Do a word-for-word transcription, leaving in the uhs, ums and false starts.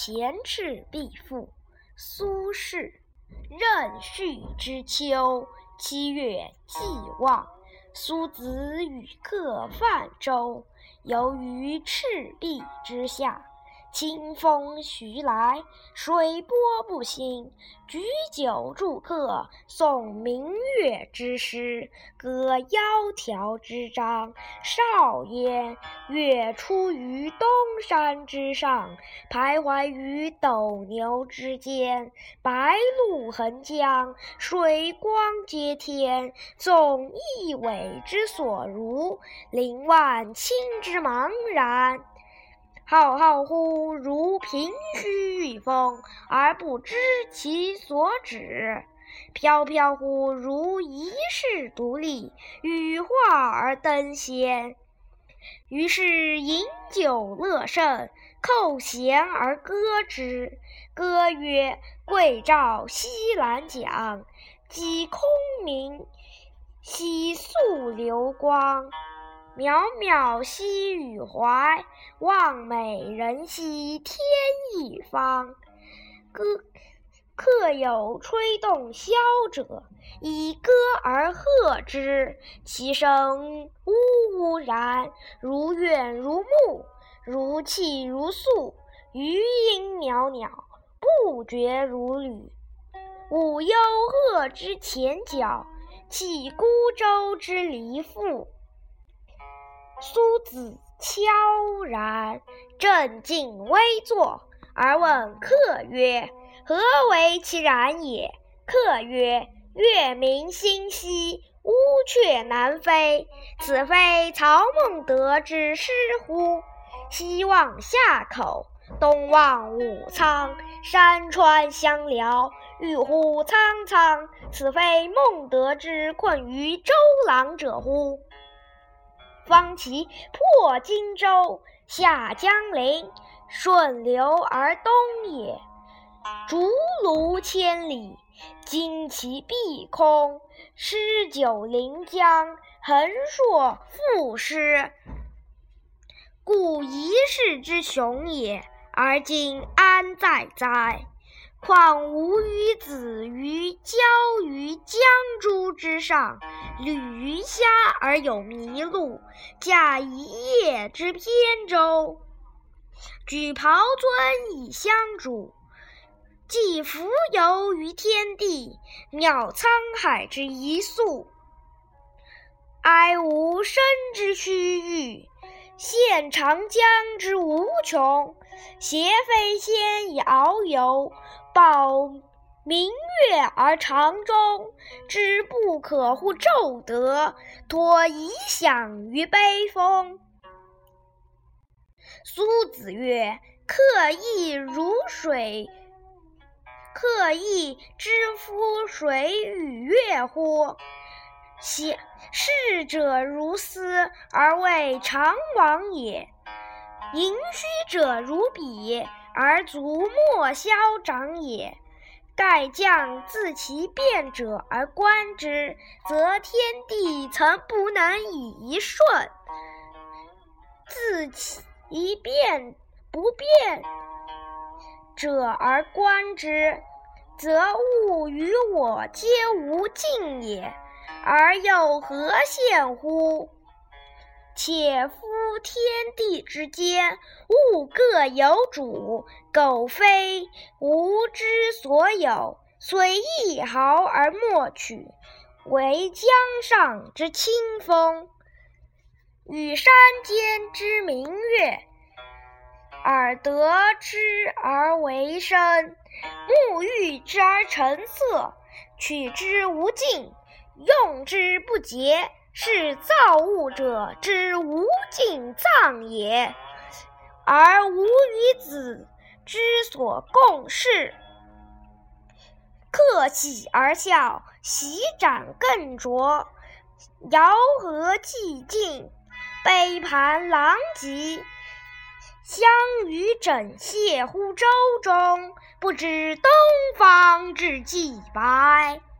前翅必复。苏轼。壬戌之秋，七月既望，苏子与客泛舟，游于赤壁之下。清风徐来，水波不兴。举酒祝客，诵明月之诗，歌窈窕之章。少焉，月出于东山之上，徘徊于斗牛之间。白露横江，水光接天。纵一苇之所如，凌万顷之茫然。浩浩乎如凭虚御风，而不知其所止；飘飘乎如遗世独立，羽化而登仙。于是饮酒乐甚，扣舷而歌之。歌曰：桂棹兮兰桨，击空明兮溯流光。渺渺兮予怀，望美人兮天一方。歌客有吹洞箫者，以歌而和之，其声呜呜然，如怨如慕，如泣如诉，余音袅袅，不绝如缕。舞幽壑之前角，泣孤舟之离妇。苏子悄然，正襟危坐，而问客曰：何为其然也？客曰：月明星稀，乌鹊南飞。此非曹孟德之诗乎？西望夏口，东望武仓，山川相辽，郁乎苍苍。此非孟德之困于周郎者乎？方其破荆州，下江陵，顺流而东也。逐鹿千里，旌旗蔽空，诗酒临江，横槊赋诗。故一世之雄也，而今安在哉？况吾与子于交于江渚之上，侣鱼虾而有麋鹿，驾一叶之扁舟。举匏樽以相属，寄蜉蝣于天地，渺沧海之一粟。哀吾生之须臾，羡长江之无穷。挟飞仙以遨游，抱明月而长终。知不可乎骤得，托遗响于悲风。苏子曰：客亦如水，客亦知夫水与月乎？逝者如斯，而谓常往也；盈虚者如彼，而足莫消长也。盖将自其变者而观之，则天地曾不能以一瞬；自其变不变者而观之，则物与我皆无尽也，而又何羡乎？且夫天地之间，物各有主，苟非吾之所有，虽一毫而莫取，惟江上之清风，与山间之明月，耳得之而为声，目遇之而成色，取之无尽，用之不竭，是造物者之无尽藏也，而吾与子之所共适。客喜而笑，席盏更酌，肴核既尽，杯盘狼藉。相与枕藉乎舟中，不知东方之既白。